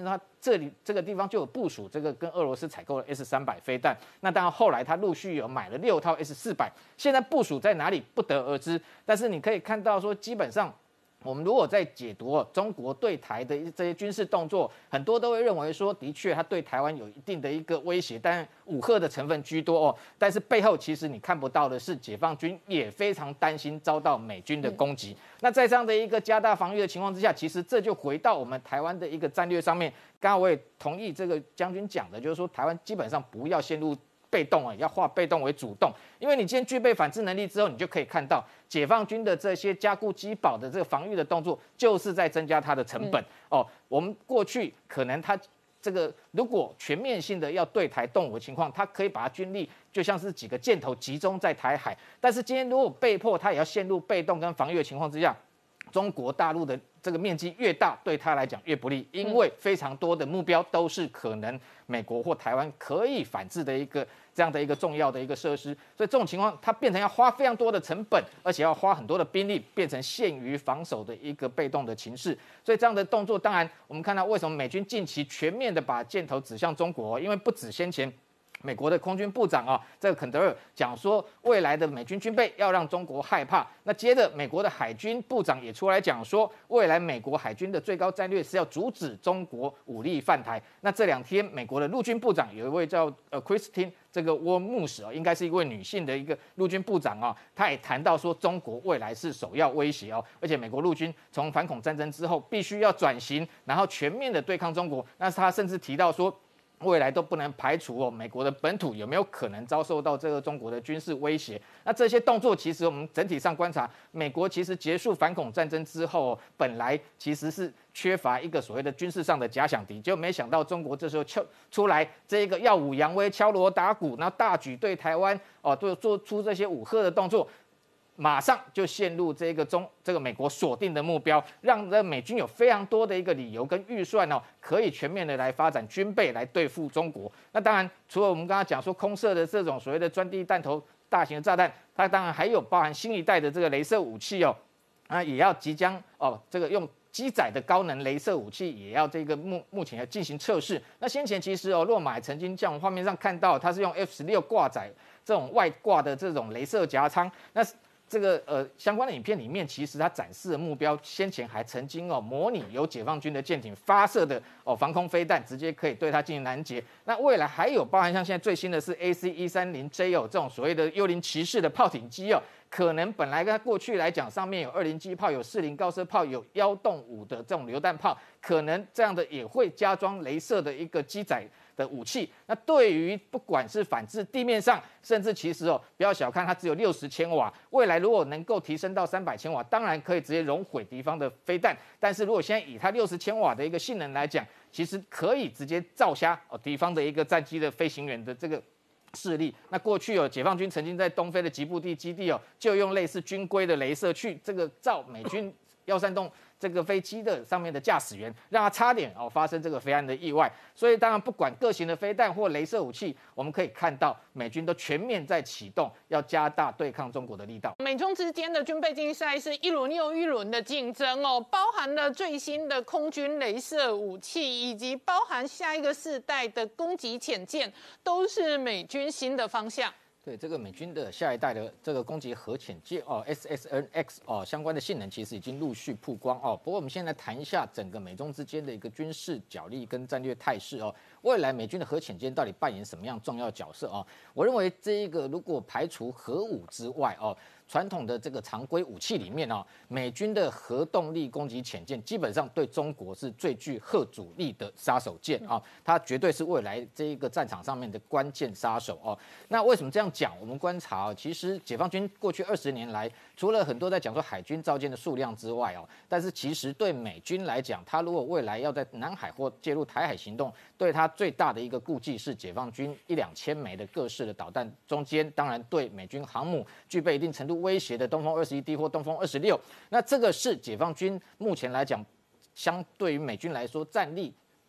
这里这个地方就有部署这个跟俄罗斯采购的 S 三百飞弹。那当然后来他陆续有买了六套 S 四百，现在部署在哪里不得而知。但是你可以看到说，基本上。我们如果在解读、哦、中国对台的这些军事动作，很多都会认为说，的确它对台湾有一定的一个威胁，但武吓的成分居多哦。但是背后其实你看不到的是，解放军也非常担心遭到美军的攻击。嗯、那在这样的一个加大防御的情况之下，其实这就回到我们台湾的一个战略上面。刚刚我也同意这个将军讲的，就是说台湾基本上不要陷入被动啊，要化被动为主动，因为你今天具备反制能力之后，你就可以看到解放军的这些加固机堡的这个防御的动作，就是在增加它的成本、嗯、哦。我们过去可能它这个如果全面性的要对台动武的情况，它可以把它军力就像是几个箭头集中在台海，但是今天如果被迫它也要陷入被动跟防御的情况之下，中国大陆的这个面积越大，对他来讲越不利，因为非常多的目标都是可能美国或台湾可以反制的一个这样的一个重要的一个设施，所以这种情况它变成要花非常多的成本，而且要花很多的兵力，变成陷于防守的一个被动的情势。所以这样的动作，当然我们看到为什么美军近期全面的把箭头指向中国，因为不止先前。美国的空军部长啊，这个肯德尔讲说，未来的美军军备要让中国害怕。那接着，美国的海军部长也出来讲说，未来美国海军的最高战略是要阻止中国武力犯台。那这两天，美国的陆军部长有一位叫呃 Christine 这个沃穆什啊，应该是一位女性的一个陆军部长啊，她也谈到说，中国未来是首要威胁哦，而且美国陆军从反恐战争之后，必须要转型，然后全面的对抗中国。那她甚至提到说。未来都不能排除哦，美国的本土有没有可能遭受到这个中国的军事威胁？那这些动作其实我们整体上观察，美国其实结束反恐战争之后、哦，本来其实是缺乏一个所谓的军事上的假想敌，就没想到中国这时候出出来这个耀武扬威、敲锣打鼓，然后大举对台湾哦，做做出这些武吓的动作。马上就陷入这个中这个美国锁定的目标，让这美军有非常多的一个理由跟预算哦，可以全面的来发展军备来对付中国。那当然，除了我们刚刚讲说空射的这种所谓的钻地弹头、大型的炸弹，它当然还有包含新一代的这个雷射武器哦，啊，也要即将哦，这个用机载的高能雷射武器也要这个目目前要进行测试。那先前其实哦，洛马曾经像画面上看到，它是用 F 十六挂载这种外挂的这种雷射夹舱，那。这个呃相关的影片里面，其实它展示的目标，先前还曾经哦模拟由解放军的舰艇发射的哦防空飞弹，直接可以对它进行拦截。那未来还有包含像现在最新的是 A C 一三零 J 哦这种所谓的幽灵骑士的炮艇机哦，可能本来跟它过去来讲，上面有二零机炮、有四零高射炮、有幺洞五的这种榴弹炮，可能这样的也会加装雷射的一个机载。的武器，那对于不管是反制地面上，甚至其实哦，不要小看它只有六十千瓦，未来如果能够提升到三百千瓦，当然可以直接熔毁敌方的飞弹。但是如果现在以它六十千瓦的一个性能来讲，其实可以直接照瞎哦敌方的一个战机的飞行员的这个。势力，那过去有解放军曾经在东非的吉布地基地哦，就用类似军规的雷射去这个照美军幺三洞这个飞机的上面的驾驶员，让他差点哦发生这个飞安的意外。所以当然不管各型的飞弹或雷射武器，我们可以看到美军都全面在启动，要加大对抗中国的力道。 美中之间的军备竞赛是一轮又一轮的竞争哦，包含了最新的空军雷射武器，以及包含下一个世代的攻击潜舰，都是美军新的方向。 对这个美军的下一代的这个攻击核潜舰哦 ，S S N X 哦，相关的性能其实已经陆续曝光哦。不过我们现在谈一下整个美中之间的一个军事角力跟战略态势哦。未来美军的核潜舰到底扮演什么样重要角色哦？我认为这一个如果排除核武之外哦。传统的这个常规武器里面哦，美军的核动力攻击潜舰基本上对中国是最具核主力的杀手舰啊，它绝对是未来这一个战场上面的关键杀手哦。那为什么这样讲？我们观察哦，其实解放军过去二十年来，除了很多在讲说海军造舰的数量之外哦，但是其实对美军来讲，它如果未来要在南海或介入台海行动，对它最大的一个顾忌是解放军一两千枚的各式的导弹，中间当然对美军航母具备一定程度威胁的东风二十一 D 或东风二十六，那这个是解放军目前来讲，相对于美军来说战力比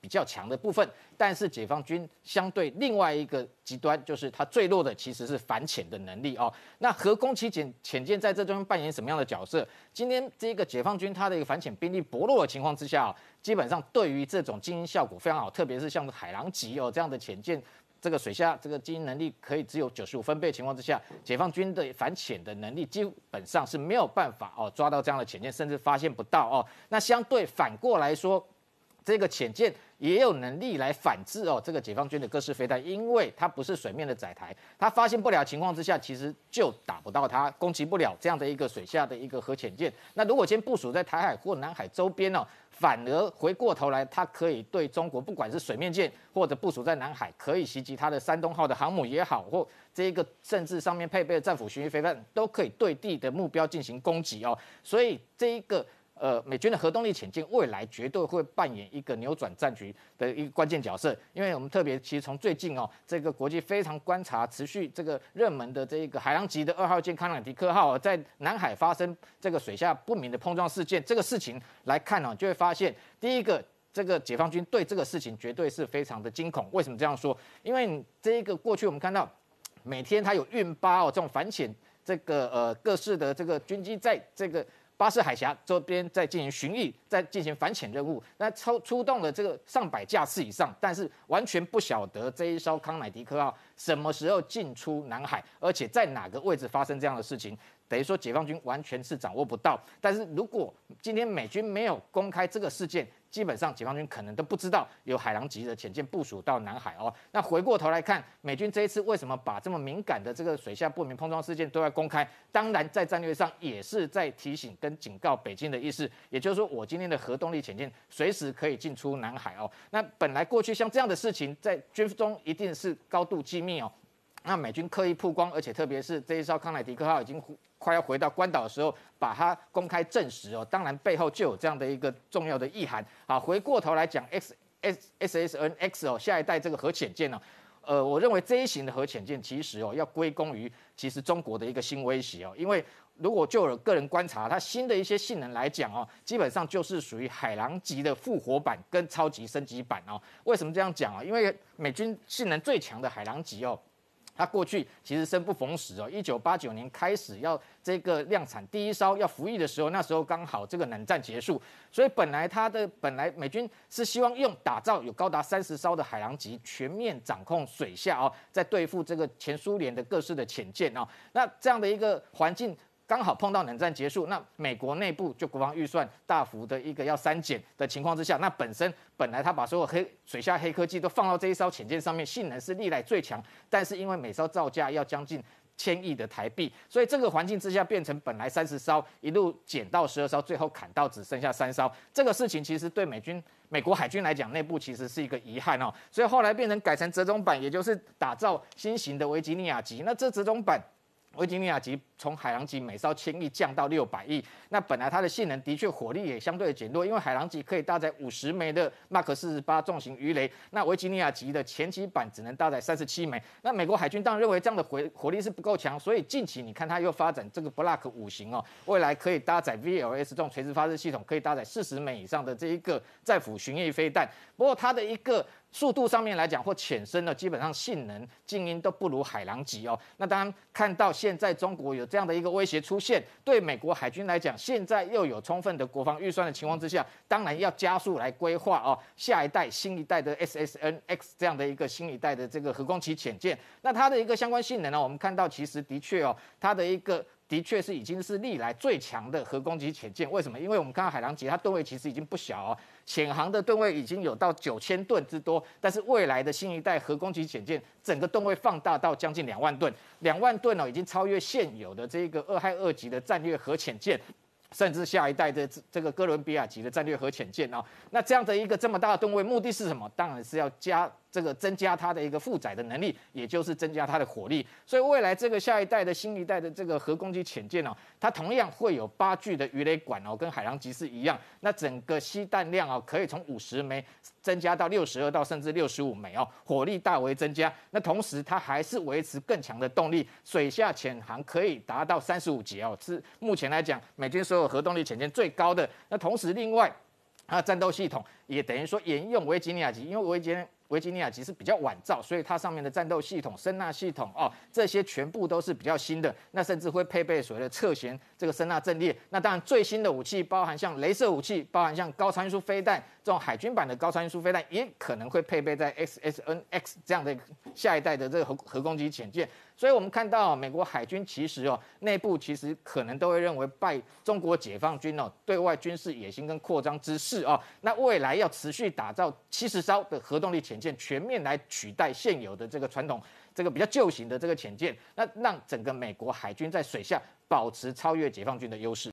比较强的部分，但是解放军相对另外一个极端，就是它最弱的其实是反潜的能力哦。那核攻击潜潜舰在这中扮演什么样的角色？今天这个解放军它的一个反潜兵力薄弱的情况之下、哦，基本上对于这种经营效果非常好，特别是像海狼级哦这样的潜舰。这个水下这个经营能力可以只有九十五分贝的情况之下，解放军的反潜的能力基本上是没有办法哦抓到这样的潜舰，甚至发现不到哦。那相对反过来说，这个潜舰也有能力来反制哦这个解放军的各式飞弹，因为它不是水面的载台，它发现不了情况之下，其实就打不到它，攻击不了这样的一个水下的一个核潜舰。那如果先部署在台海或南海周边哦。反而回过头来，它可以对中国，不管是水面舰或者部署在南海，可以袭击它的山东号的航母也好，或这一个甚至上面配备的战斧巡弋飞弹，都可以对地的目标进行攻击哦。所以这一个呃美军的核动力潜舰未来绝对会扮演一个扭转战局的一个关键角色。因为我们特别其实从最近哦，这个国际非常观察持续这个热门的这一个海狼级的二号舰康乃狄克号、哦、在南海发生这个水下不明的碰撞事件，这个事情来看哦，就会发现第一个。这个解放军对这个事情绝对是非常的惊恐。为什么这样说？因为这一个过去我们看到，每天它有运八哦这种反潜这个呃各式的这个军机在这个巴士海峡周边在进行巡弋，在进行反潜任务，那出出动了这个上百架次以上，但是完全不晓得这一艘康乃狄克号什么时候进出南海，而且在哪个位置发生这样的事情。等于说解放军完全是掌握不到，但是如果今天美军没有公开这个事件，基本上解放军可能都不知道有海狼级的潜舰部署到南海哦。那回过头来看，美军这一次为什么把这么敏感的这个水下不明碰撞事件都要公开？当然在战略上也是在提醒跟警告北京的意思，也就是说我今天的核动力潜舰随时可以进出南海哦。那本来过去像这样的事情在军中一定是高度机密哦。那美军刻意曝光，而且特别是这一艘康乃狄克号已经快要回到关岛的时候，把它公开证实哦，当然背后就有这样的一个重要的意涵。好，回过头来讲 ，X S S S N X 哦，下一代这个核潜舰呢、哦，呃，我认为这一型的核潜舰其实哦，要归功于其实中国的一个新威胁哦，因为如果就我个人观察，它新的一些性能来讲哦，基本上就是属于海狼级的复活版跟超级升级版哦。为什么这样讲啊？因为美军性能最强的海狼级哦。它过去其实生不逢时哦，一九八九年开始要这个量产第一艘要服役的时候，那时候刚好这个冷战结束，所以本来它的本来美军是希望用打造有高达三十艘的海狼级，全面掌控水下哦，在对付这个前苏联的各式的潜舰哦，那这样的一个环境。刚好碰到冷战结束，那美国内部就国防预算大幅的一个要删减的情况之下，那本身本来他把所有黑水下黑科技都放到这一艘潜舰上面，性能是历来最强，但是因为每艘造价要将近千亿的台币，所以这个环境之下变成本来三十艘一路减到十二艘，最后砍到只剩下三艘。这个事情其实对美军、美国海军来讲，内部其实是一个遗憾哦，所以后来变成改成折中版，也就是打造新型的维吉尼亚级。那这折中版。维吉尼亚级从海狼级每艘千亿降到六百亿，那本来它的性能的确火力也相对的减弱，因为海狼级可以搭载五十枚的 Mark 四十八重型鱼雷，那维吉尼亚级的前期版只能搭载三十七枚。那美国海军当然认为这样的火火力是不够强，所以近期你看它又发展这个 Block 五型哦，未来可以搭载 V L S 这种垂直发射系统，可以搭载四十枚以上的这一个战斧巡弋飞弹。不过它的一个速度上面来讲，或潜深呢，基本上性能、静音都不如海狼级哦。那当然看到现在中国有这样的一个威胁出现，对美国海军来讲，现在又有充分的国防预算的情况之下，当然要加速来规划哦，下一代、新一代的 S S N X 这样的一个新一代的这个核攻击潜舰。那它的一个相关性能呢，我们看到其实的确哦，它的一个。的确是已经是历来最强的核攻击潜舰。为什么？因为我们看到海狼级，它吨位其实已经不小哦，潜航的吨位已经有到九千吨之多。但是未来的新一代核攻击潜舰，整个吨位放大到将近两万吨，两万吨哦，已经超越现有的这个二害二级的战略核潜舰。甚至下一代的这个哥伦比亚级的战略核潜舰哦，那这样的一个这么大的吨位，目的是什么？当然是要加这个增加它的一个负载的能力，也就是增加它的火力。所以未来这个下一代的新一代的这个核攻击潜舰哦，它同样会有八具的鱼雷管哦，跟海狼级是一样。那整个吸弹量哦，可以从五十枚增加到六十二到甚至六十五枚哦，火力大为增加。那同时它还是维持更强的动力，水下潜航可以达到三十五节哦，是目前来讲美军所有核动力潜舰最高的。那同时另外。 它的战斗系统也等于说沿用维吉尼亚级，因为维吉维吉尼亚级是比较晚造，所以它上面的战斗系统、声纳系统哦，这些全部都是比较新的。那甚至会配备所谓的侧舷这个声纳阵列。那当然最新的武器包含像雷射武器，包含像高超音速飞弹这种海军版的高超音速飞弹，也可能会配备在 X S N X 这样的下一代的这个核核攻击潜舰。所以我们看到、哦、美国海军其实哦内部其实可能都会认为拜中国解放军哦对外军事野心跟扩张之势哦，那未来要持续打造七十艘的核动力潜舰，全面来取代现有的这个传统这个比较旧型的这个潜舰，那让整个美国海军在水下保持超越解放军的优势。